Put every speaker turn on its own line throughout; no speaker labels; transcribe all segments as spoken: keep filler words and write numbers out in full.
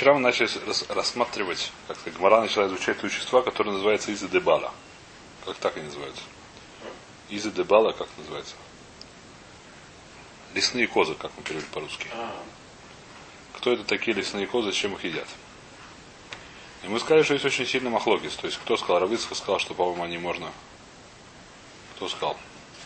Вчера мы начали рас, рассматривать, как-то Гмара начала изучать существа, которые называются Изы Дебала. Как так они называются? Изы Дебала, как называется? Лесные козы, как мы перевели по-русски. Кто это такие лесные козы, чем их едят? И мы сказали, что есть очень сильный махлокис. То есть, кто сказал? Рав Ицхак сказал, что, по-моему, они можно... Кто сказал?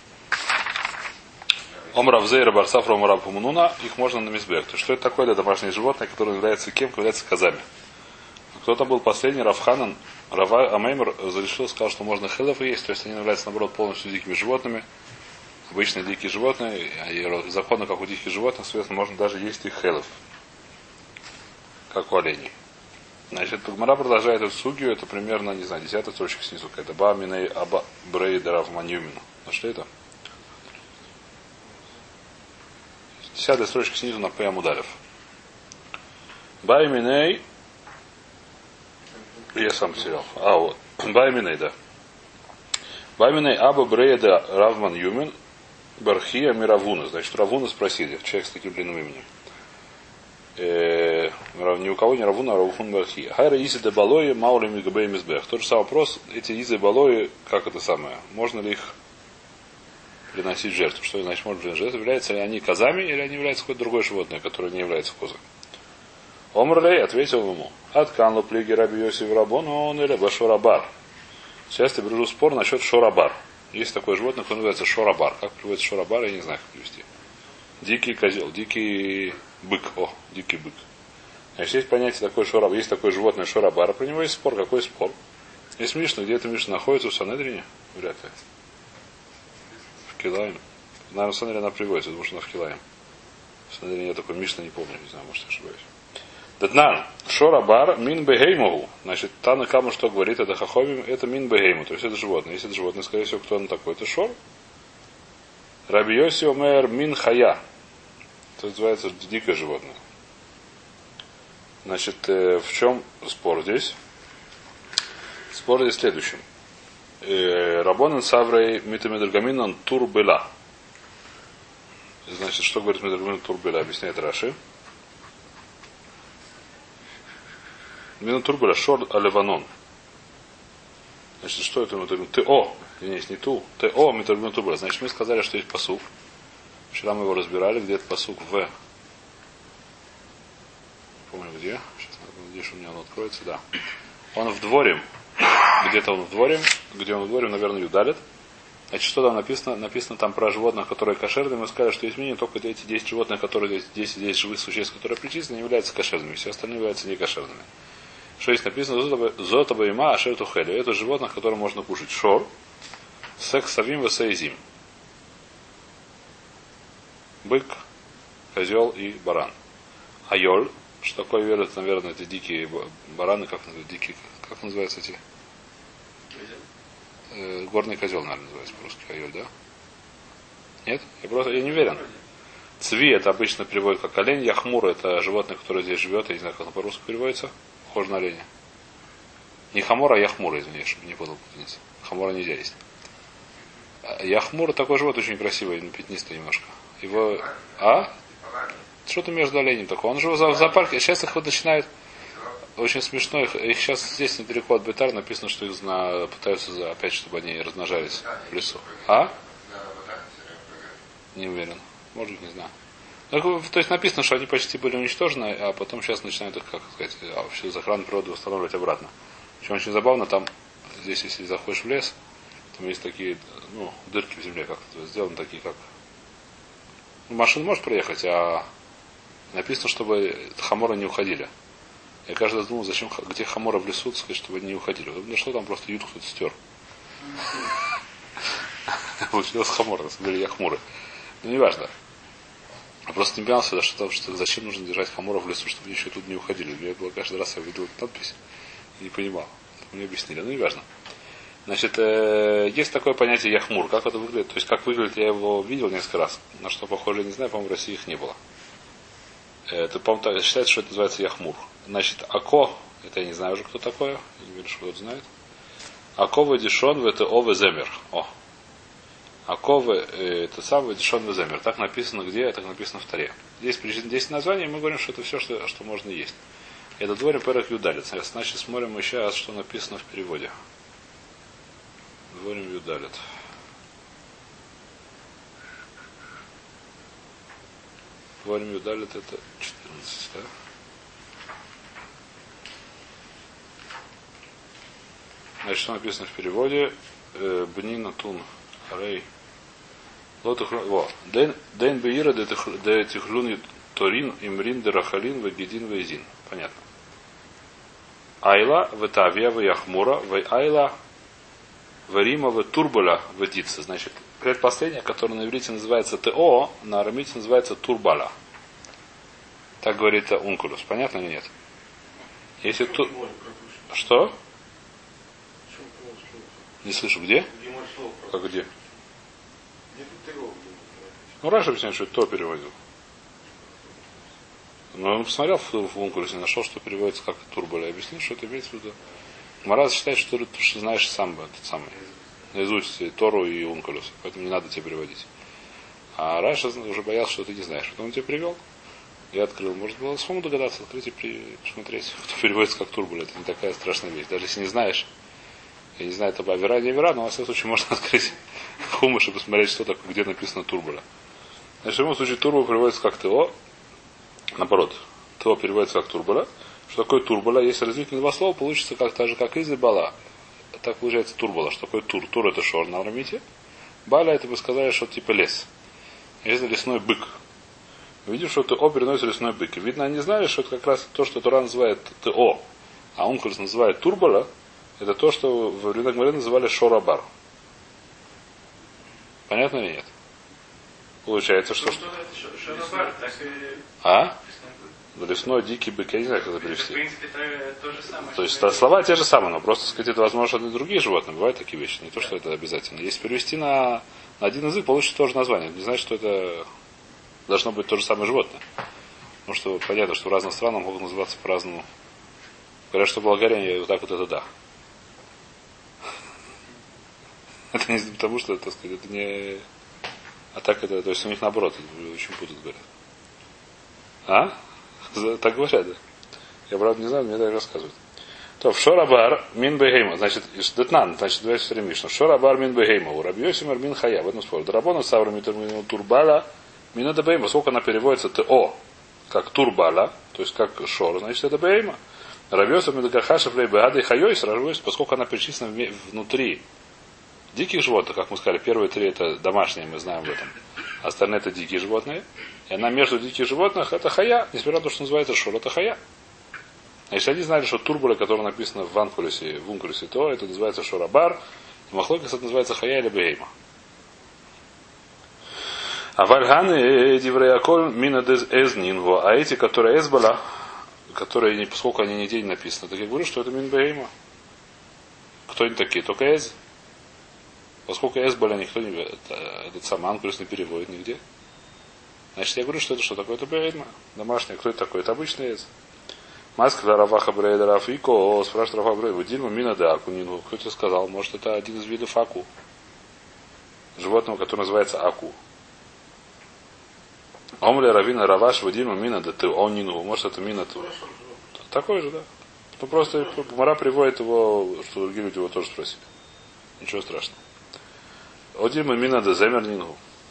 Омрав Зейра Барсафра Омрав Пумунуна, их можно на мизбех. То есть, что это такое для домашнее животное, которое является кем? Является козами. Кто-то был последний, Равханан, Рава Амеймер зарешил, сказал, что можно хелов есть, то есть они являются, наоборот, полностью дикими животными. Обычные дикие животные, и законно, как у диких животных, соответственно, можно даже есть их хелов. Как у оленей. Значит, Гмара продолжает эту сугию, это примерно, не знаю, десятая строчка снизу какая-то. Ба миней аба брейдерав манюмину. Ну что это? Десятая строчка снизу на П. Амударев. Ба миней. Я сам потерял. А, вот. Ба миней, да. Ба миней аба брейда равман юмин бархия миравуна. Значит, Равуна спросили. Человек с таким длинным именем. Э, ни у кого не Равуна, а Равун Бархия. Хайра изи де балои маули мигабей мизбех. Тот же самый вопрос, эти изи балои, как это самое, можно ли их приносить в жертву? Что значит можно приносить в жертву? Являются ли они козами или они являются какое-то другое животное, которое не является козой? Омрлей ответил ему. От канлу плиги раби Йосиф Рабон, он или башорабар. Сейчас я привожу спор насчет шорабар. Есть такое животное, которое называется шорабар. Как приводится шорабар, я не знаю, как привести. Дикий козел, дикий бык. О, дикий бык. Значит, есть понятие такое шорабар. Есть такое животное шорабара. Про него есть спор. Какой спор? Есть Мишна, где эта Мишна находится в Санедрине? Вряд ли. В Килаем. Наверное, в Санедрине она приводится, потому что она в Килаем. В Санедрине я такой Мишна не помню, не знаю, может, я ошибаюсь. Датнан. Шорабар мин бегеймову. Значит, Тана Кама что говорит, это хахомим, это мин бегейму. То есть это животное. Если это животное, скорее всего, кто оно такой? Это шор. Раби Йоси омер мин хая. Это называется дикое животное. Значит, э, в чем спор здесь? Спор здесь в следующем. Э, Рабонен саврей митамидргаминан турбела. Значит, что говорит митамидргаминан турбела? Объясняет Раши. Мина турбела шор алеванон. Значит, что это митамидргаминан? Т-О. Извините, не ту. Т-О митамидргаминан турбела. Значит, мы сказали, что есть пасук. Вчера мы его разбирали, где-то пасук в. Не помню где. Сейчас надеюсь, у меня он откроется, да. Он в дворе. Где-то он в дворе. Где он в дворе, наверное, Юдалит. Значит, что там написано? Написано там про животных, которые кошерные. Мы сказали, что есть мнение, только эти десять животных, которые десять, десять живых существ, которые причислены, не являются кошерными. Все остальные являются некошерными. Что здесь написано? Зотаба има ашер тухелю. Это животных, которые можно кушать. Шор. Секс савим васаизим. Бык, козел и баран. Айоль. Что такое верят, наверное, эти дикие бараны, как называются, дикие, как называются эти? Э, горный козел, наверное, называется по-русски. Айоль, да? Нет? Я просто, я не уверен. Цви это обычно переводят как олень, яхмур это животное, которое здесь живет, я не знаю, как оно по-русски переводится. Похоже на оленя. Не хамор, а яхмур, извини, чтобы не подал путаница. Хамора нельзя есть. Яхмур такой живот очень красивый, пятнистый немножко. Его. А? Что-то между оленем такое. Он же в зоопарке. Сейчас их вот начинают. Очень смешно. Их, их сейчас здесь недалеко от Бетар написано, что их на, пытаются за, опять, чтобы они размножались в лесу. А? Не уверен. Может быть, не знаю. Ну, то есть написано, что они почти были уничтожены, а потом сейчас начинают их, как сказать, а вообще из охраны природы восстанавливать обратно. Причем очень забавно, там, здесь, если заходишь в лес, там есть такие, ну, дырки в земле, как сделаны такие, как. Ну, машина может проехать, а написано, чтобы хаморы не уходили. Я каждый раз думал, зачем, где хаморы в лесу, сказать, чтобы они не уходили. Ну что там просто ют кто-то стер. Получилось хамор, на самом деле я хмурый. Ну неважно. Я просто не понял сюда, что, что зачем нужно держать хаморов в лесу, чтобы они еще тут не уходили. Я было каждый раз я видел эту надпись и не понимал. Мне объяснили. Ну неважно. Значит, э, есть такое понятие яхмур. Как это выглядит? То есть, как выглядит, я его видел несколько раз. На что похоже, не знаю, по-моему, в России их не было. Это, по-моему, считается, что это называется яхмур. Значит, ако, это я не знаю уже, кто такое. Я не верю, что кто-то знает. Ако вадишон в это ове земер. О. Ако в это самое вадишон в земер. Так написано где? Так написано в Таре. Здесь десять названий, мы говорим, что это все, что, что можно есть. Это дворим перек юдалит. Значит, смотрим еще раз, что написано в переводе. Дворим юдалит. Дворим юдалит это четырнадцать, да? Значит, что написано в переводе? Бнина тун харей. Во. Дэн беира де тихлун торин имрин де рахалин вегедин вейзин. Понятно. Айла ветавия вяхмура вей айла варима в турбула водится. Значит, предпоследнее, которое на иврите называется ТО, на арамите называется турбала. Так говорит Ункулус. Понятно или нет? Если ту... Что? Не слышу, где? Как где? Ну, раньше объясняет, что это то переводил. Но он посмотрел в, в Ункулусе, нашел, что переводится как турболя. Объяснил, что это имеется в виду. Мараз считает, что ты что знаешь сам этот самый. Наизусть Тору и Ункулус. Поэтому не надо тебе переводить. А раньше уже боялся, что ты не знаешь. Потом он тебе привел. Я открыл. Может было самому догадаться, открыть и посмотреть, кто переводится как турболя. Это не такая страшная вещь. Даже если не знаешь. Я не знаю, это авера, не авера, но во всяком случае можно открыть хумыш и посмотреть, что такое, где написано турболя. Значит, в любом случае турбо переводится как ТО. Наоборот, ТО переводится как турболя. Что такое турболя? Если разделить на два слова, получится как так же, как из и бала. Так получается турбола. Что такое тур? Тур это шор на арамите. Баля это бы сказали, что типа лес. Это лесной бык. Видишь, что ТО переносит лесной бык. И видно, они знали, что это как раз то, что Тура называет ТО, а Ункулус называет турболя. Это то, что в времена Гмары называли шорабар. Понятно или нет? Получается, что... что...
Шорабар, так и...
А? Лесной, дикий бык, я не знаю, как это перевести.
В принципе, это то же самое.
То есть слова те же самые, но просто, сказать, это возможно, что это другие животные. Бывают такие вещи, не то, что это обязательно. Если перевести на, на один язык, получится тоже название. Не значит, что это должно быть то же самое животное. Потому что понятно, что в разных странах могут называться по-разному. Говорят, что болгаряне вот так вот это да. Это не потому, что, так сказать, это не... А так это, то есть у них наоборот, очень путают, говорят. А? Так говорят, да? Я, правда, не знаю, мне так рассказывают. То, в Шорабар мин бегейма, значит, детнан, значит, двадцать четыре мишна. Шорабар мин бегейма, у Рабьёсимар мин хая, в этом споре. Драбона савра мин турбала, мин это бейма, сколько она переводится ТО, как турбала, то есть как шор, значит, это бейма. Рабьёсимар мин дагахашев лей беады хайойс, поскольку она перечислена внутри диких животных, как мы сказали, первые три это домашние, мы знаем об этом. Остальные это дикие животные. И она между диких животных это хая, несмотря на то, что называется шор, это хая. А если они знали, что турбуля, которая написана в Анкулюсе, в Ункулюсе, то это называется шорабар, и махлокис это называется хая или бейма. А вальганы дивреяколь мина дез эзнинго, а эти, которые эзбала, которые, поскольку они не день написаны, так я говорю, что это мин бейма. Кто они такие? Только эз. Поскольку эзбаля никто не... Это, этот самый Анкулюс не переводит нигде. Значит, я говорю, что это что такое? Это бейма. Домашний. Кто это такой? Это обычный эз. Маскра Раваха Брейда Рафико, спрашивает Рафа Брейда, Дильма Мина де Аку Нину. Кто тебе сказал? Может, это один из видов аку. Животного, которое называется аку. Омля Равина Раваш Вадима Мина де Ты, он Нину. Может, это Мина Ты. Такой же, да. Ну, просто Мара приводит его, что другие люди его тоже спросили. Ничего страшного. Одима Мина де Земер Нину.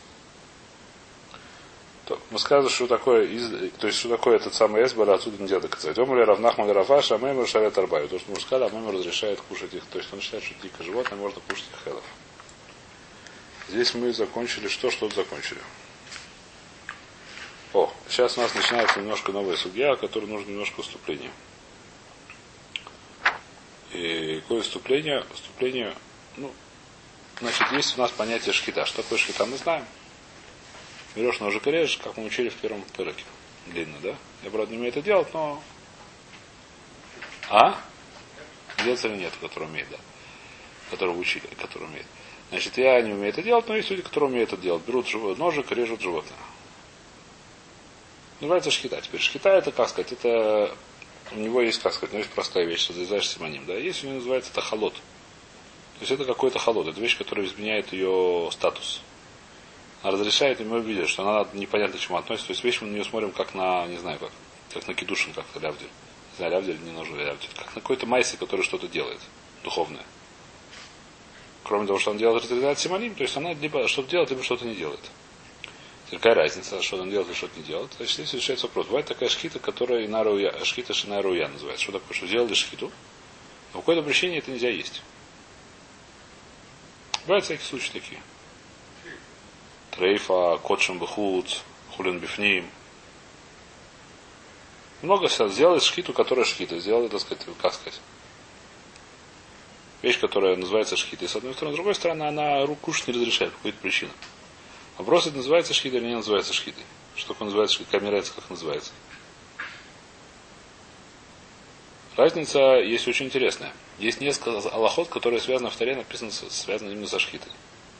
Мы сказали, что такое, из, то есть, что такое этот самый эсбар, отсюда нельзя доказать. Омали равнахман рафаш, а мэмер шарет арбаю. То, что мы сказали, а мэмер разрешает кушать их. То есть он считает, что дикое животное можно кушать их хелов. Здесь мы закончили, что, что закончили. О, сейчас у нас начинается немножко новая судья, о которой нужно немножко вступление. И какое вступление? Вступление, ну, значит, есть у нас понятие шхита. Что такое шхита, мы знаем. Берешь ножик и режешь, как мы учили в первом пыроке. Длинно, да? Я, правда, не умею это делать, но... А? Делается или нет, который умеет, да? Которого учили, который умеет. Значит, я не умею это делать, но есть люди, которые умеют это делать. Берут ножик и режут животное. Называется шхита. Теперь шхита это, как сказать, это... У него есть, как сказать, ну, есть простая вещь, что зарезаешь симоним, да? Есть у него называется это холод. То есть это какой-то холод. Это вещь, которая изменяет ее статус. Разрешает, и мы увидели, что она непонятно к чему относится. То есть вещь мы на нее смотрим как на, не знаю, как, как на кидушин, как на лявдиль. Не знаю, лявдиль, не нужно лявдиль. Как на какой-то майсе, который что-то делает. Духовное. Кроме того, что он делает разрезает симоним, то есть она либо что-то делает, либо что-то не делает. Какая разница, что он делает или что-то не делает? Значит, здесь решается вопрос. Бывает такая шхита, которая инаруя, шхита шинаруя называется. Что такое? Что сделали шхиту? Но по какой-то причине это нельзя есть. Бывают всякие случаи такие. Трейфа, котшем бехуц, хулин бифним. Много сейчас сделали шхиту, которая шхита. Сделали, так сказать, как сказать. Вещь, которая называется шхитой. С одной стороны, с другой стороны, она руку кушать не разрешает по какой-то причине. Вопрос, это называется шхитой или не называется шхитой. Что такое называется шхитой? Камерается, как называется. Разница есть очень интересная. Есть несколько алахот, которые связаны в Таре, написаны, связаны именно со шхитой.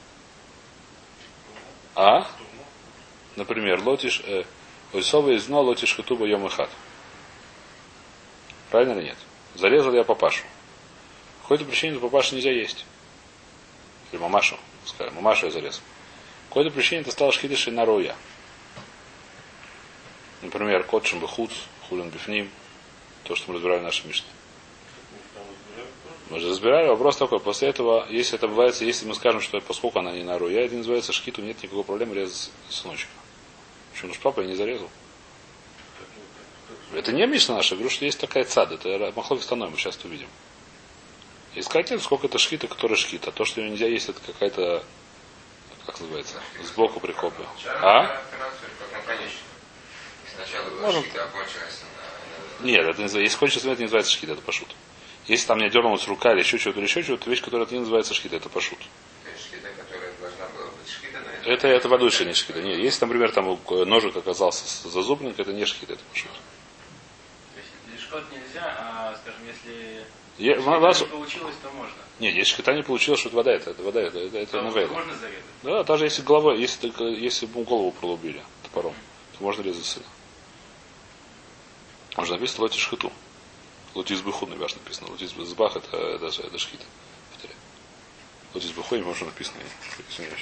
А? Например, лотиш, э, ойсова из но лотиш хатуба йом эхад. Правильно или нет? Зарезал я папашу. По какой-то причине папашу нельзя есть. Или мамашу, скажем, мамашу я зарезал. По какой-то причине это стало шхидышей на роя. Например, котшем бехуц, хулин бифним. То, что мы разбирали в нашей Мишне. Мы же разбирали. Вопрос такой. После этого, если это бывает, если мы скажем, что поскольку она не на роя, это называется шхиту, нет никакой проблемы резать сыночка. Почему? Потому что папа я не зарезал. Это не Мишна наша. Я говорю, что есть такая цада. Это махлок станой. Мы сейчас это увидим. Искать нет, сколько это шхита, которая шхита. То, что ее нельзя есть, это какая-то, как называется, сбоку прикопы. А? Можно... Нет, это не называется. Если кончилось, это не называется шхита, это пашут. Если там не дернулась рука или еще что-то, или еще что-то, вещь, которая не называется шхита, это пашут. Это, это водуша, не шхита. Нет, если, например, там ножик оказался зазубленным, это не шхита, это пашут.
То есть лишкот нельзя, а, скажем, если
Я,
шхита
вас...
не получилось, то можно.
Нет, если шхита не получилось, что это вода, это, это вода, это, это, это навейла.
Можно зарезать?
Да, даже если головой, если только, если бы голову пролубили топором, то можно резать сына. Можно написано лотиш шхиту. Лотис буху, наверное, написано. Лотис бах это, это, это шхита. Лотис буху, не может написано. Извиняюсь.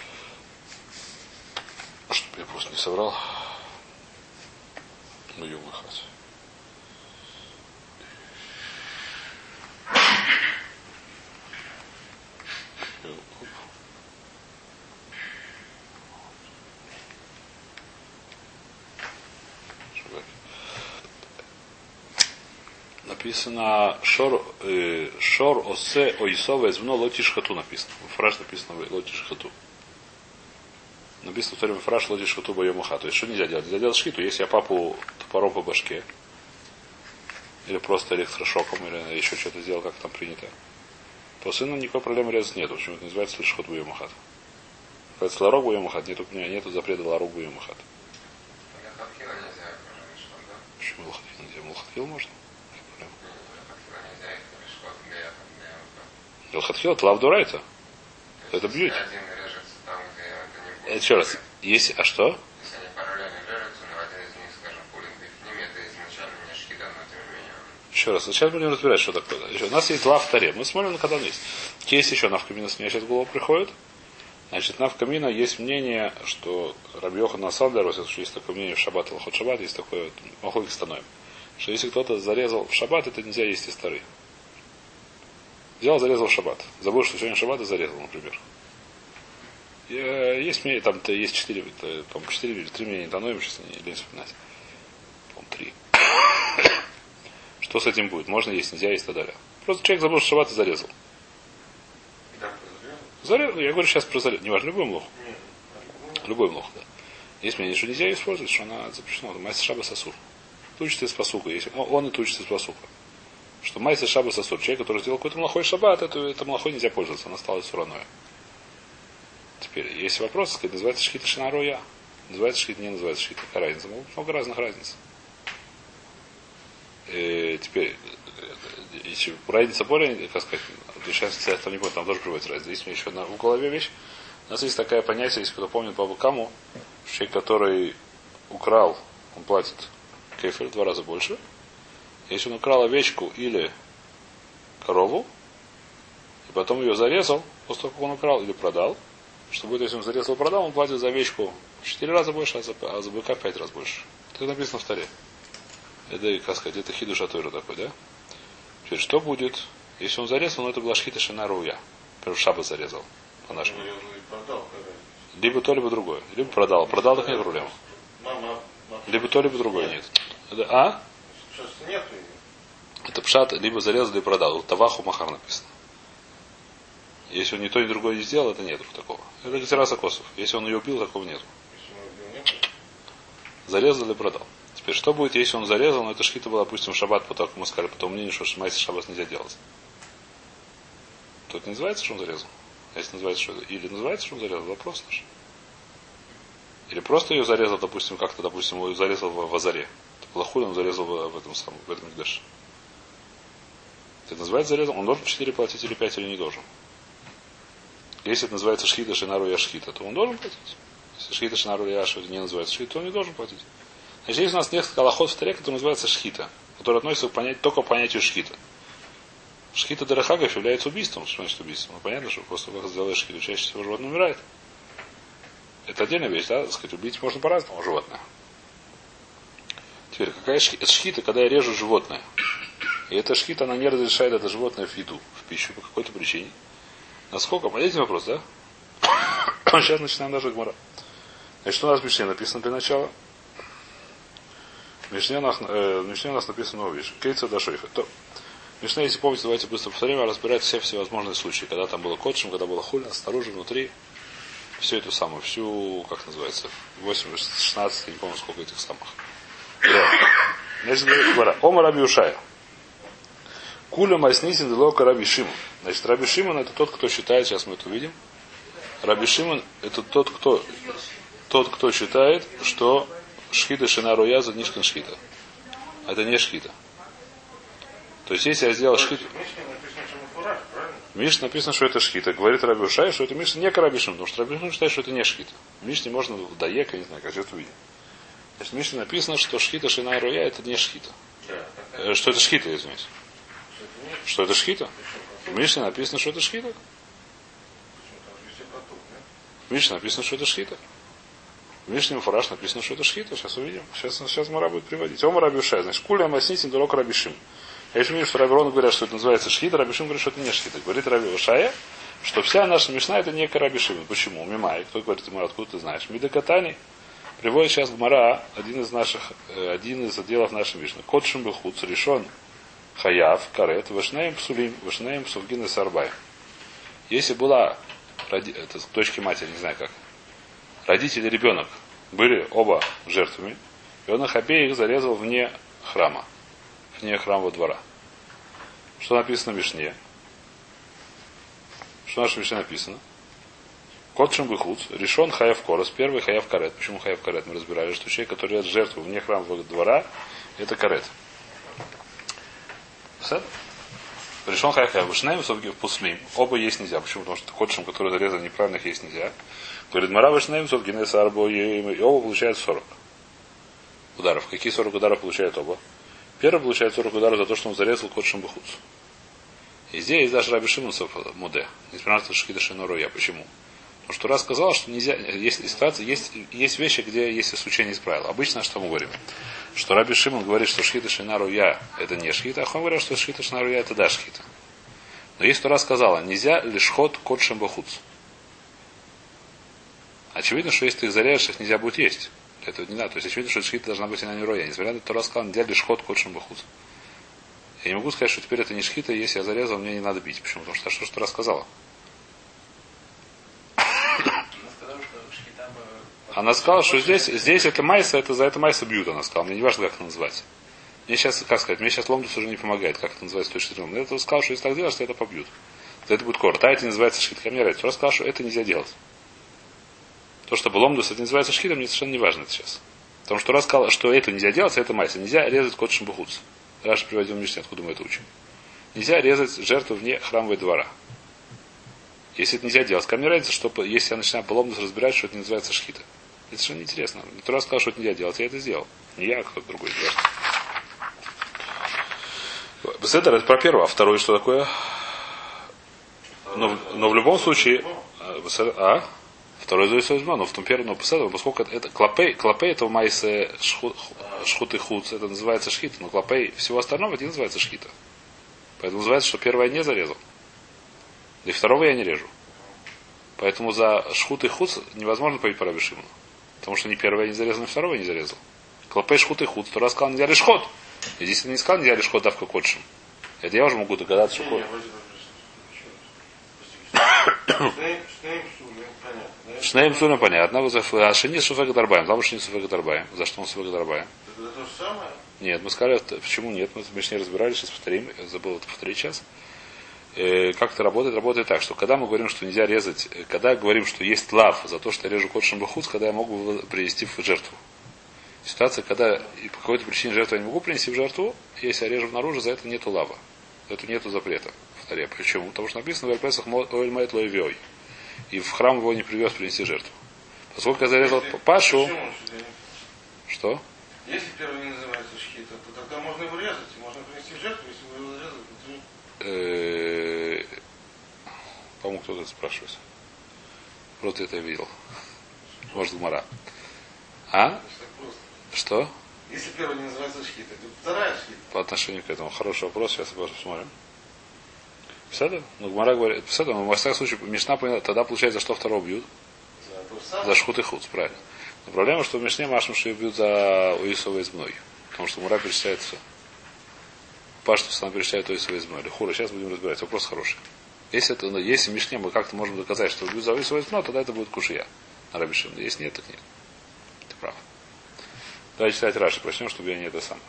Чтобы я просто не соврал. Ну, ё хат. Написано шор, э, шор осе ойсова измно лотиш хату написано. В фраж написано лотиш хату. Написано в втором фраж лотиш хату байомуха. То есть что нельзя делать? Нельзя делать шхиту. Если я папу топором по башке, или просто электрошоком, или еще что-то сделал, как там принято, то сыну никакой проблемы резать нету. Почему это называется лотиш хату байомуха? Называется ларог байомуха. Нету, нету запрета ларог байомуха. Почему лохатхил нельзя? Лохатхил можно? Лохатхил это лавдурайта. Это бьют. Еще раз. Есть, а что?
Если они параллельно режутся, но один из них, скажем, пулин бифним, это изначально не шкида, но тем не менее.
Еще раз. Сейчас будем разбирать, что такое. Еще. У нас есть лав в таре. Мы смотрим, когда он есть. Есть еще навкамина, с меня сейчас в голову приходит. Значит, навкамина есть мнение, что Раби Йохан Асадлер, что есть такое мнение в шаббат, лохот шаббат, есть такое махлоки становим. Что если кто-то зарезал в шаббат, это нельзя есть из тары. Взял, зарезал в шаббат. Забыл, что сегодня шаббат и зарезал, например. Есть мнение, там есть четыре, по-моему, четыре или три мнения Таноим, сейчас не лень вспоминать. По-моему, три. Что с этим будет? Можно есть, нельзя есть и так далее. Просто человек забыл, что шаббат и зарезал. Зарезал. Я говорю сейчас про зарез. Неважно, любой млох. Любой млох, да. Есть мнение, что нельзя использовать, что она запрещена. Майса шаба сосур. Тучится из посука. Если он и тучится из посука. Что майса шаба сосур. Человек, который сделал какой-то млохой шаббат, это, это млохой нельзя пользоваться. Она стала сураной. Теперь, есть вопрос, сказать, называется шхита шинароя. Называется шхита, не называется шхита. Какая разница? Много разных разниц. И теперь, если разница более, как сказать, сейчас я там не помню, там тоже приводится разница. Есть у меня еще одна в голове вещь. У нас есть такое понятие, если кто помнит по Бакаму, человек, который украл, он платит кефир в два раза больше. Если он украл овечку или корову, и потом ее зарезал, после того, как он украл или продал, что будет, если он зарезал и продал, он платит за овечку в четыре раза больше, а за, а за быка в пять раз больше. Это написано в таре. Это, как сказать, это хидуш атойра такой, да? Теперь, что будет, если он зарезал, но это была шхита шина руя. Например, шаба зарезал. По-нашему. Либо то, либо другое. Либо продал. Продал, так нет проблем. Либо то, либо другое нет. Это, а? Это пшат, либо зарезал, либо продал. Таваху махар написано. Если он ни то, ни другое не сделал, это нету такого. Это гетераса косов. Если он ее убил, такого нету. Зарезал или продал. Теперь, что будет, если он зарезал, но эта шхита была, допустим, в шаббат, потом мы сказали, по тому мнению, что майс шаббат нельзя делать. Тут не называется, что он зарезал? А если называется, что это? Или называется, что он зарезал? Вопрос наш. Или просто ее зарезал, допустим, как-то, допустим, его зарезал в, в Азаре. Плохой он зарезал в, в этом самом, в этом микдаше. Это называется зарезал? Он должен четыре платить или пять, или не должен? Если это называется шхита, шинару я шхита, то он должен платить. Если шхита, шинару я шхита не называется шхита, то он не должен платить. Значит, есть у нас несколько алахот в таре, которые называются шхита, которые относятся к понять, только к понятию шхита. Шхита Дарахагов является убийством. Что значит убийством? Ну, понятно, что после того, как сделаешь шхиту, чаще всего животное умирает. Это отдельная вещь, да? Так сказать, убить можно по-разному животное. Теперь, какая шхита? Это шхита, когда я режу животное. И эта шхита, она не разрешает это животное в еду, в пищу по какой-то причине. Насколько? Понятен вопрос, да? Сейчас начинаем даже гмара. Значит, что у нас в Мишне написано для начала? В Мишне у нас, э, в Мишне у нас написано новая вещь. Кейца да шойфа. То. Мишне, если помните, давайте быстро повторим, разбирает все всевозможные случаи. Когда там было котшем, когда было хульно, снаружи, внутри. Все это самое, всю, как называется, восемь, шестнадцать, я не помню, сколько этих самых. Значит, говоря, Ома Раби Ушая. Куля Майснисин Делока Раби Шимон. Значит, Раби Шимон это тот, кто считает, сейчас мы это увидим. Раби Шимон это тот, кто тот, кто считает, что шхита шина руя за нишкан шхита. Это не шхита. То есть, если я сделал шхиту... В Мишне написано, что это шхита. Говорит Раби Ушай, что это Мишна не к Раби Шимону, потому что Раби Шимон считает, что это не шхита. В Мишне можно даек, я не знаю, как это увидим. Значит, в Мишне написано, что шхита шина руя это не шхита. Что это шхита, извините. Что это шхита? В Мишне написано, что это шхита. В Мишне написано, что это шхита. В Мишне Муфараш написано, что это шхита. Сейчас увидим. Сейчас, сейчас Мара будет приводить. Ома Раби Ушай. Значит, куля маснитин дорог Раби Шимон. Я еще вижу, что Раби Рон говорят, что это называется шхита. Раби Шимон говорит, что это не шхита. Говорит Раби Ушая, что вся наша Мишна это не Раби Шимон. Почему? Мимай. Кто говорит ему, откуда ты знаешь? Мида Катани. Приводит сейчас Гмара, один из наших, один из отделов нашей Мишны. Кот Шимбехуц решен Хаяв, Карет, Вашнеем Псулим, Вашнеем Псулгин и Сарбай. Если была это с дочки матери, не знаю как, родители и ребенок были оба жертвами, и он их обеих зарезал вне храма, вне храмового двора. Что написано в Мишне? Что в нашей Мишне написано? Кот Шимбехуц, решен Хаяв Корос, первый Хаяв Карет. Почему Хаяв Карет? Мы разбирали, что человек, который от жертву вне храмового двора, это Карет. Решен Хаяв Карет. Вышнаем Пуслим. Оба есть нельзя. Почему? Потому что котшим, который зарезан неправильно, их есть нельзя. Говорит, Мара Вышнаем Совгинеса Арбо, и оба получают сорок ударов. Какие сорок ударов получают оба? Первый получает сорок ударов за то, что он зарезал кот Шимбехуц. И здесь есть даже Раби Шимонцев Муде. Несмотря на то, что Шхита Шинору я. Почему? Потому что раз сказал, что нельзя, есть ситуация, есть, есть вещи, где есть исключение из правил. Обычно что мы говорим? Что Раби Шимон говорит, что шхита шинару я это не шхита, а он говорит, что шхита шинару я это да шхита. Но есть Тора сказала, нельзя лишь ход кот шимбахуц. Очевидно, что если ты их зарежешь, их нельзя будет есть. Для этого не надо. То есть очевидно, что шхита должна быть и на нероя. Несмотря на то, Тора сказала, нельзя лишь ход кот шимбахуц. Я не могу сказать, что теперь это не шхита, если я зарезал, мне не надо бить. Почему? Потому что что Тора сказала. Она сказала, что здесь, здесь это майса, это за это майса бьют, она сказала. Мне не важно, как это назвать. Мне сейчас, как сказать, мне сейчас ломдус уже не помогает, как это называется с точки зрения. Я сказал, что если так делаешь, то это побьют. То это будет корот. А это не называется шхит. Мне нравится. Я сказал, что это нельзя делать. То, что ломдус, это называется шхитом, мне совершенно не важно это сейчас. Потому что раз сказал, что это нельзя делать, это майса. Нельзя резать кот шимбухуц. Раша приводил Мишне, откуда мы это учим. Нельзя резать жертву вне храмового двора. Если это нельзя делать, ко мне разница, что если я начинаю по ломдус разбирать, что это не называется шхита. Это совершенно неинтересно. Кто раз сказал, что это нельзя делать, я это сделал. Не я, а кто-то другой делает. Это про первое. А второе что такое? Но, но в любом случае... А? Второй за Исой Змон, но в том первом, но после этого, поскольку это, это клопей, клопей этого майса шхут, шхут и хуц, это называется шхита, но клопей всего остального это не называется шхита. Поэтому называется, что первое я не зарезал. И второго я не режу. Поэтому за шхут и хуц невозможно побить по Раби Шимону. Потому что ни первое я не зарезал, ни второго я не зарезал. Клопей шхут и хуц, то раз сказал нельзя решхот. И здесь не сказал нельзя решхот давка котшим. Это я уже могу догадаться, что ход. Шнеем Суна понятно. А Шенис Суфега Дарбаем. Там Шенис Суфега Дарбаем. За что он Суфега Дарбаем?
Это то же самое?
Нет, мы сказали, почему нет. Мы с не разбирались, сейчас повторим. Я забыл это повторить сейчас. Э, как это работает? Работает так, что когда мы говорим, что нельзя резать, когда говорим, что есть лав за то, что я режу котшем бахуц, когда я могу принести в жертву. Ситуация, когда и по какой-то причине жертву я не могу принести в жертву, если я режу внаружи, за это нету лава. За это нету запрета в таре. Почему? Потому что написано в Эльпесах Оэль Мэт Лоевёй. И в храм его не привез принести жертву. Поскольку я зарезал
если,
Пашу...
Почему?
Что?
Если первый не называется шхита, то тогда можно его резать. Можно принести в жертву, если вы его зарезали.
По-моему, кто-то это спрашивает. Просто это я видел. Может, Гмара. А? Что?
Если первый не называется шхита, то вторая шхита.
По отношению к этому. Хороший вопрос, сейчас посмотрим. Писали? Ну, Гмара говорит, писали, но в всяком случае, Мишна поняла, тогда получается, за что второго бьют?
За,
за шхут и хуц, правильно. Но проблема, что в Мишне Машну, что ее бьют за Уисова из мной. Потому что Мура перечисляет все. Паштус она перечисляет Уисова из мной. Или Хура, сейчас будем разбирать. Вопрос хороший. Если это, если в Мишне мы как-то можем доказать, что бьют за Уисова из мной, тогда это будет кушия на Раби Шимон. Если нет, так нет. Ты прав. Давайте читать Раши, прочнем, чтобы я не это сам.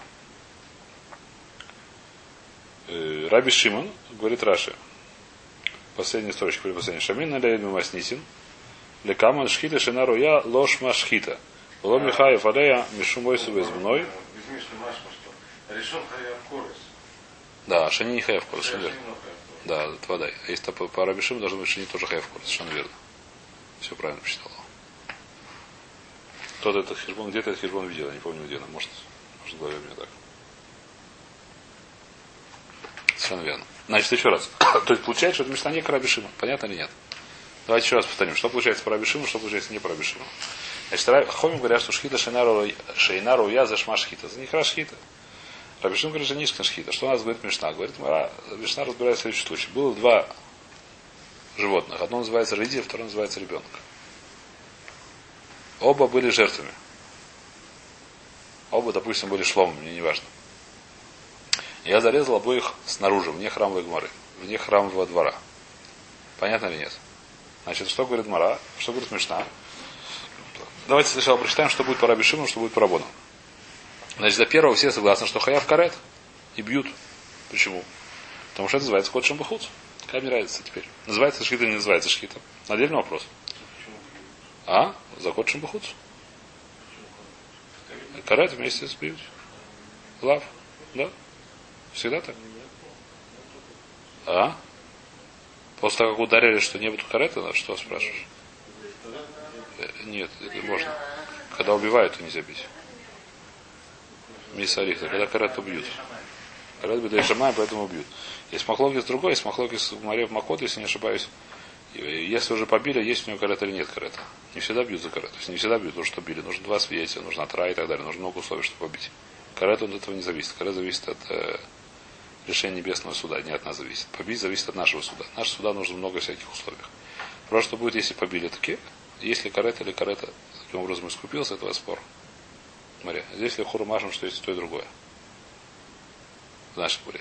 Э, Раби Шимон, говорит Раши, последняя строчка, последняя. Шамин наляет мимаснисин, лекаман шхита шинару я ложь машхита. Ло михаев алея мишумой субы из мной.
Решен хаяв корес.
Да, шани не хаяв корес, совершенно верно. Да, это вода. А если по, по Раби Шимону, должно быть шани тоже хаяв корес, совершенно верно. Все правильно посчитал. Кто-то этот хижбон, где-то этот хижбон видел, я не помню где, но может, может в голове у меня так. Совершенно верно. Значит, еще раз. То есть получается, что это Мишна не к Раби Шимону. Понятно или нет? Давайте еще раз повторим. Что получается по Раби Шимону, что получается не по Раби Шимону. Значит, Хомим говорят, что шхита шейнару я за шма шхита. За них раз шхита. Раби Шимон говорит, что низко шхита. Что у нас говорит Мишна? Говорит, Мишна разбирает в следующем случае. Было два животных. Одно называется родитель, второе называется ребенок. Оба были жертвами. Оба, допустим, были шломами, мне не важно. Я зарезал обоих снаружи, вне храмовой гмары, вне храмового двора. Понятно или нет? Значит, что говорит Мара? Что говорит Мишна? Давайте сначала прочитаем, что будет по Раби Шимону, что будет по Рабону. Значит, за первого все согласны, что хаяв карет и бьют. Почему? Потому что это называется котшем бахуц. Какая мне разница теперь? Называется шхита или не называется шхита? Отдельный вопрос. А? За котшем бахуц. Карет вместе с бьют. Лав. Да? Всегда так? А? После того, как ударили, что не будет карета, что спрашиваешь? Нет, это можно. Когда убивают, то нельзя бить. Мисарихта, когда карет убьют. Карет бедей шамай, поэтому убьют. Есть махлокис другой, есть махлокис Марев Макот, если не ошибаюсь. Если уже побили, есть у него карет или нет карета. Не всегда бьют за карет. То есть не всегда бьют, потому что били. Нужно два свидетеля, нужна тра и так далее. Нужно много условий, чтобы побить. Карет от этого не зависит. Карет зависит от э, решения небесного суда, не от нас зависит. Побить зависит от нашего суда. Наш суда нужно много всяких условий. Просто что будет, если побили таки, если карет или карета таким образом искупился, этого спор. Смотри, здесь ли хурмашем, что есть и то, и другое. В нашей буре.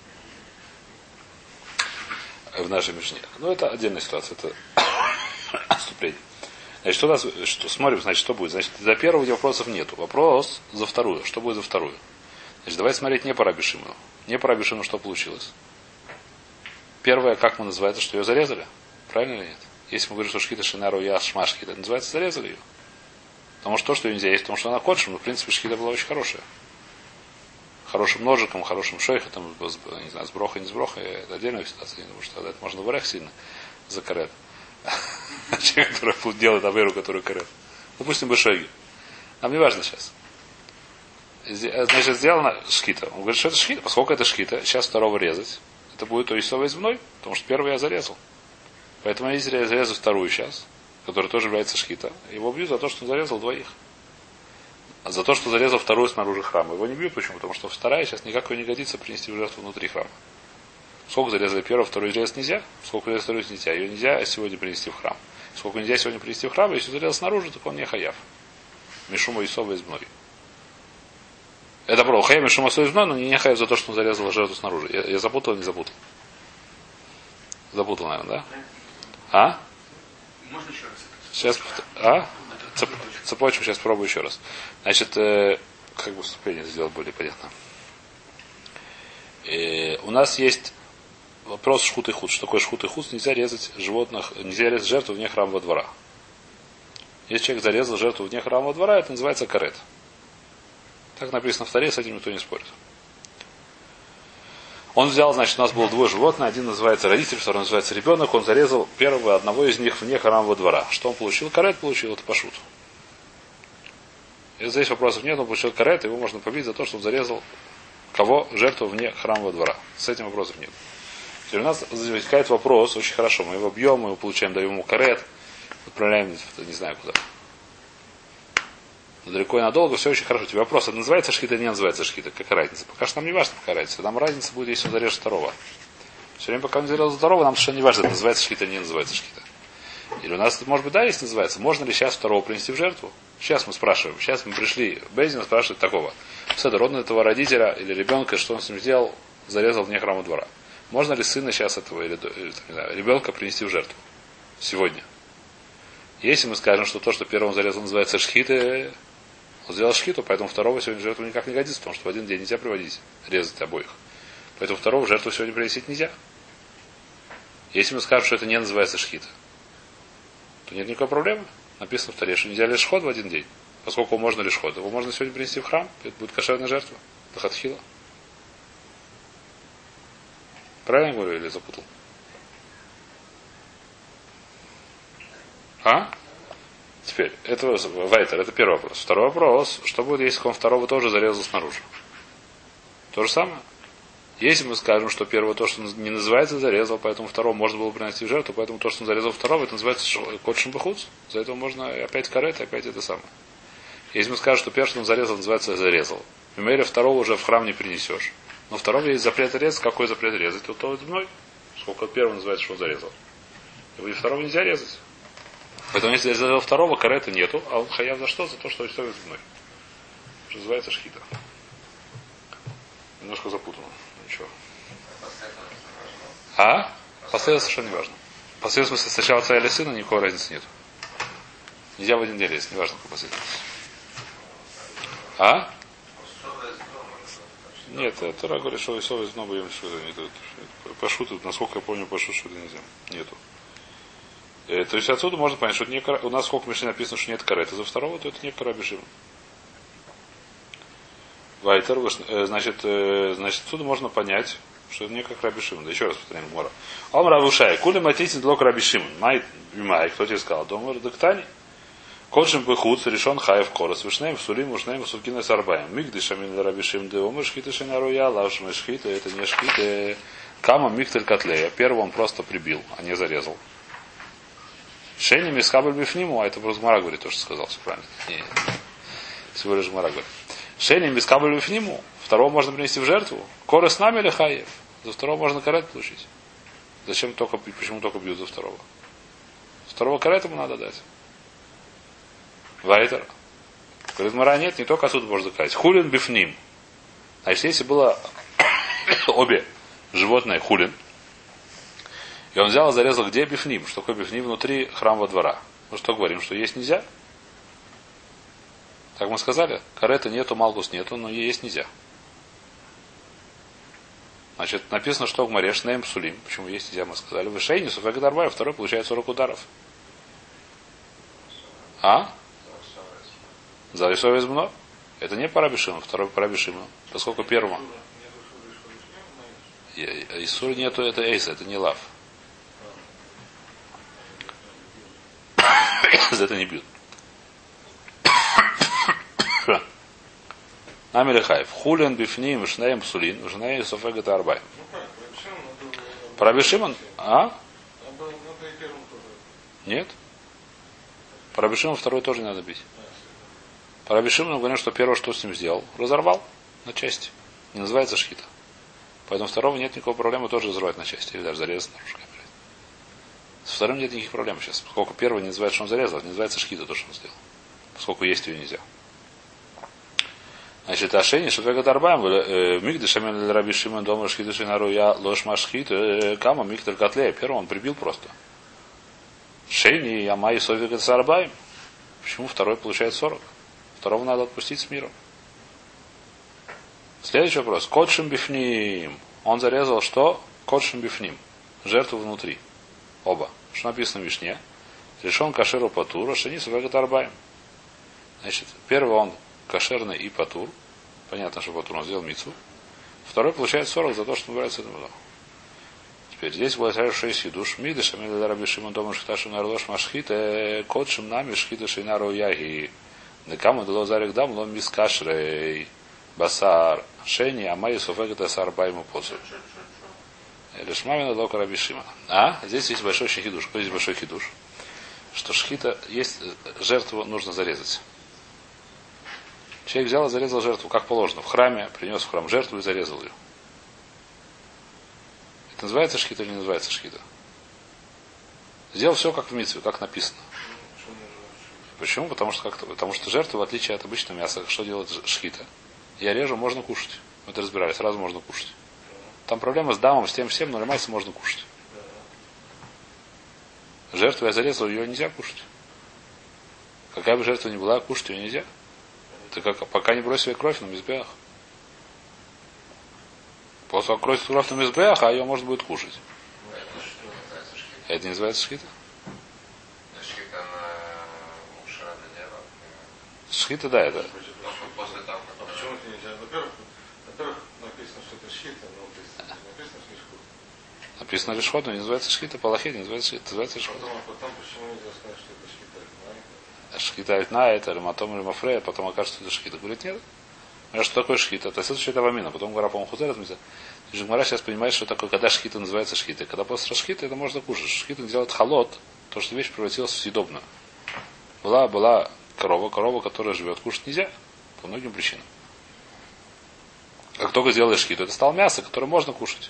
В нашей мишне. Но это отдельная ситуация. Это отступление. Значит, что у нас, что, смотрим, значит, что будет. Значит, за первого вопросов нету. Вопрос за вторую. Что будет за вторую? Значит, давайте смотреть не по Раби Шимону. Не по Раби Шимону, что получилось. Первое, как мы называется, что ее зарезали? Правильно или нет? Если мы говорим, что шхита шинару я шма шхита, называется зарезали ее. Потому что то, что ее нельзя есть, потому что она котшем, но в принципе шхита была очень хорошая. Хорошим ножиком, хорошим шейхом, не знаю, с брохой, не с брохой, это отдельная ситуация, я думаю, что это можно в варях сильно за карет. Человек, который делает аверу, который карет. Допустим, бешойги. Нам не важно сейчас. Значит, сделана шхита. Он говорит, что это шхита. Поскольку это шхита, сейчас второго резать, это будет то есть из мной, потому что первый я зарезал. Поэтому если я зарезаю вторую сейчас, который тоже является шхита. Его бьют за то, что он зарезал двоих. А за то, что зарезал вторую снаружи храма. Его не бьют. Почему? Потому что вторая сейчас никак не годится принести в жертву внутри храма. Сколько зарезали первого, вторую резать нельзя. Сколько зарезали вторую нельзя. Ее нельзя сегодня принести в храм. Сколько нельзя сегодня принести в храм, если зарезал снаружи, так он не хаяв. Мишума Исова из мной. Это про хаяв Мишума Исова из мной, но не хаяв за то, что он зарезал жертву снаружи. Я, я запутал или не запутал? Запутал, наверное, да? А?
Можно еще раз?
Сейчас, а? Цеп, цепочку сейчас пробую еще раз. Значит, э, как бы вступление сделать более понятно. Э, у нас есть вопрос шхут и худ. Что такое шхут и худ? Нельзя резать животных, нельзя резать жертву вне храмового двора. Если человек зарезал жертву вне храмового двора, это называется карет. Так написано в Торе, с этим никто не спорит. Он взял, значит, у нас было двое животных, один называется родитель, второй называется ребенок, он зарезал первого, одного из них вне храмового двора. Что он получил? Карет получил, это пашут. Если здесь вопросов нет, он получил карет, его можно побить за то, что он зарезал кого? Жертву вне храмового двора. С этим вопросов нет. Теперь у нас возникает вопрос, очень хорошо, мы его бьем, мы его получаем, даем ему карет, отправляем, не знаю куда. Далеко и надолго, все очень хорошо. Тебе вопрос, это называется шхита или не называется шхита? Какая разница? Пока что нам не важно, какая разница. Нам разница будет, если он зарежет второго. Все время, пока он зарезал второго, нам совершенно не важно, это называется шхита или не называется шхита. Или у нас, может быть, да, есть называется. Можно ли сейчас второго принести в жертву? Сейчас мы спрашиваем. Сейчас мы пришли в Бейзин, спрашивают такого. Седа, родного этого родителя или ребенка, что он с ним сделал, зарезал вне храма двора. Можно ли сына сейчас этого или, или не знаю, ребенка принести в жертву? Сегодня. Если мы скажем, что то, что первым зарезал, называется шхита, он сделал шхиту, поэтому второго сегодня в жертву никак не годится, потому что в один день нельзя приводить, резать обоих. Поэтому второго в жертву сегодня приносить нельзя. Если мы скажем, что это не называется шхита, то нет никакой проблемы. Написано в Торе, что нельзя лишь ход в один день. Поскольку можно лишь ход, его можно сегодня принести в храм, это будет кошерная жертва. Дахатхила. Правильно говорю или запутал? А? Теперь, это Вайтер, это первый вопрос. Второй вопрос, что будет, если он второго тоже зарезал снаружи? То же самое. Если мы скажем, что первого то, что не называется, зарезал, поэтому второго можно было принести в жертву, поэтому то, что он зарезал второго, это называется кот шимбахуц. За это можно опять карет, опять это самое. Если мы скажем, что первый, что он зарезал, называется зарезал. Мимейля второго уже в храм не принесешь. Но второго есть запрет резать. Какой запрет резать? То то мной. Сколько первого называется, что он зарезал. И второго нельзя резать. Поэтому если я зарезал второго, карета нету, а он хаяв за что? За то, что все мной. Что называется шхита. Немножко запутано. Ничего. А? Последовательность совершенно не важно. Последовательность сначала отца или сына, никакой разницы нет. Нельзя в один день резать, не важно, какой последовательность. А? Нет, Тора говорит, что Исова из много что пошут, насколько я помню, пошут, что нельзя. Нету. Э, то есть отсюда можно понять, что не, у нас сколько в Мишне написано, что нет карета за второго, то это не карабишим. Вайтер, значит, э, значит, отсюда можно понять, что это не как Рабишим. Да еще раз повторяем Гмора. Ом Равушай, кули матисин длок Рабишим. Май, май, кто тебе сказал? Дома Дактани. Кодшим бехуц, решен хаев корос. Вишнеем сулим, ушнеем сулкина сарбаем. Мигдышамин Рабишим, де омы шхиты шинаруя, лавшим шхиты, это не шхиты. Кама мигтель котлея. Первого он просто прибил, а не зарезал. Шейни мисхабль бифниму, а это просто Гмара говорит, то, что сказал, все правильно. Не, всего лишь Гмара говорит. Шейни бискаблю к нему. Второго можно принести в жертву. Коры с нами или хаев. За второго можно карет получить. Зачем только, почему только бьют за второго? Второго карет ему надо дать. Вайтер. Говорит, Мара, нет, не только отсюда можно заказать. Хулин бифним. Значит, если было обе животные хулин, и он взял и зарезал где бифним? Что такое бифним? Внутри храмового двора. Ну что говорим, что есть нельзя? Как мы сказали, карета нету, малгус нету, но есть нельзя. Значит, написано, что в Гмаре шнеем псулим. Почему есть нельзя, мы сказали. В Шейне, Суфегадарбай, второй получает сорок ударов. А? За Исова из Мно? Это не Парабишима, второй Парабишима. Поскольку первому. Исур нету, это эйс, это не лав. За это не бьют. Амелихаев. Хулин, бифним, шнеем, псулин, шнеем, софегат арбай. Парабишиман? А? Нет. По Раби Шимону второй тоже не надо бить. По Раби Шимону говорим, что первое, что с ним сделал, разорвал на части. Не называется шхита. Поэтому второго нет никакой проблемы тоже разорвать на части. Или даже зарезать наружу. Со вторым нет никаких проблем сейчас. Поскольку первый не называется, что он зарезал, не называется шхита то, что он сделал. Поскольку есть ее нельзя. Значит, Ашени, что вы Арбаем, Мигды Шамен Раби Шимон дома шхита шинару я ложь машхит, кама Мигдаль Котлея. Первый он прибил просто. Шейни, Ямай, Софик Арбаем. Почему второй получает сорок? Второго надо отпустить с миром. Следующий вопрос. Котшим бифним. Он зарезал что? Котшим бифним. Жертву внутри. Оба. Что написано в Мишне? Решен кашеру патур, а шени Софик Арбаем. Значит, первый он кошерный и патур. Понятно, что патур он сделал мицу. Второй получает сорок за то, что набирается этому. Теперь здесь будет шесть едуш. Миды шамида раби Шимон дома шхиташу нарлош машхите котшим нами шхита шинару яги. Некаму дало зарик дам лом мискашрей басар шени амай софегата сарбайму посуд. Лешмамина лока раби Шимон. А? Здесь есть большой хидуш. Какой здесь большой хидуш? Что шхита есть жертву нужно зарезать. Человек взял и зарезал жертву, как положено, в храме, принес в храм жертву и зарезал ее. Это называется шхита или не называется шхита? Сделал все как в мицве, как написано. Почему? Потому что, как-то, потому что жертва, в отличие от обычного мяса, что делает шхита? Я режу, можно кушать. Мы это разбирали, сразу можно кушать. Там проблема с дамом, с тем всем, но ломайся можно кушать. Жертву я зарезал, ее нельзя кушать. Какая бы жертва ни была, кушать ее нельзя. Ты как, пока не бросили кровь на мизбеах. После того, как бросит кровь на мизбеах, а ее можно будет кушать. Это не называется шхита?
Шхита на ушара дерева.
Шхита, да, это.
После того,
А почему это нельзя? Во-первых, во-первых, написано, что это шхита, но написано, что шхита.
Написано решхот, но не называется шхита, по Аллахе не называется шхита, называется решхот.
Потом, потом почему нельзя сказать, что это шхита?
Шхита Итна, это Рематом или Мафрея, потом окажется, что это шхита. Говорит, нет. А что такое шхита? То есть это что это вамина. Потом гора по хузер, Жигмара сейчас понимает, что такое, когда шхита называется шхитой. Когда после шхита это можно кушать. Шхита делает халот, то, что вещь превратилась в съедобную. Была, была корова, корова, которая живет, кушать нельзя. По многим причинам. Как только сделали шхиту, это стало мясо, которое можно кушать.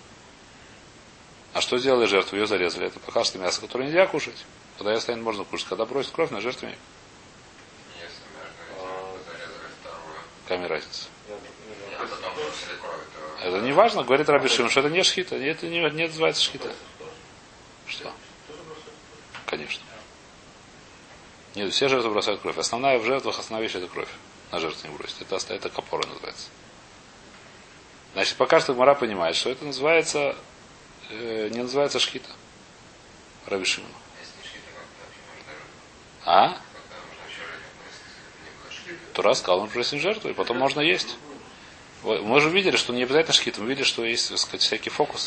А что сделали жертву? Ее зарезали. Это пока что мясо, которое нельзя кушать. Когда ее станет, можно кушать. Когда бросит кровь на жертвенник.
если между этим зарезали вторую.
Какая разница?
А потом бросили кровь, то...
Это не важно, говорит Раби Шимон, что это не шхита. Это не, не называется шхита. Что? Конечно. Нет, все жертвы бросают кровь. Основная в жертвах, основная вещь это кровь. На жертву не бросить. Это, это капора называется. Значит, пока что Гмара понимает, что это называется, э, не называется шхита. Раби Шимон. А? Тура сказал, он приносит жертву, и потом можно есть. Мы же видели, что не обязательно шхит, мы видели, что есть, так сказать, всякие фокусы.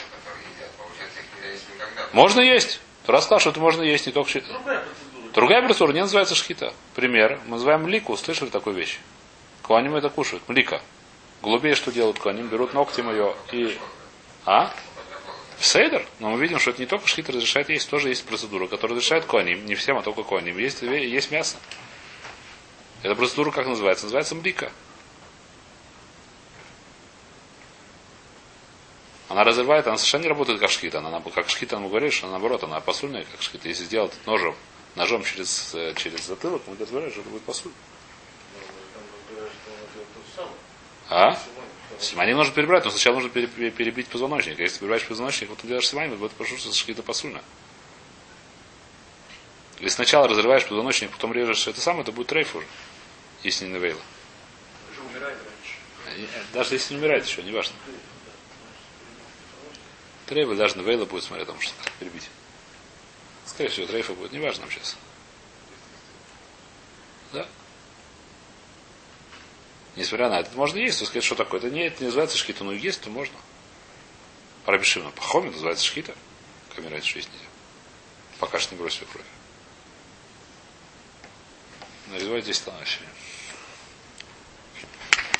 Можно есть. Тура сказал, что это можно есть, не только шхит. Другая процедура не называется шхита. Пример. Мы называем млику. Слышали такую вещь? Куаним это кушают. Млика. Голубей что делают куаним? Берут ногтем ее и... А? Сейдер, но мы видим, что это не только шхит разрешает есть, тоже есть процедура, которая разрешает коаним, не всем, а только коаним. Есть, есть мясо. Эта процедура как называется? Называется млика. Она разрывает, она совершенно не работает как шхит. Она как шхит, мы говорим, что наоборот, она посульная, как шхит. Если сделать ножом, ножом через, через затылок, мы говорим, что это будет посуль. А? Симоним нужно перебрать, но сначала нужно перебить позвоночник. А если перебираешь позвоночник, вот ты делаешь симоним, будет пошел, что шхита посульна. Или сначала разрываешь позвоночник, потом режешь все это самое, это будет трейф уже. Если не навейло. Даже если не умирает еще, не важно. Трейф даже навейло будет, смотря там что перебить. Скорее всего, трейфа будет, не важно нам сейчас. Да? Несмотря на это, можно есть, то сказать, что такое. Это не, это не называется шхита, но есть, то можно. Парабишимна. Пахоми называется шхита. Камера это есть нельзя. Пока что не бросили кровь. Нарезать здесь становится.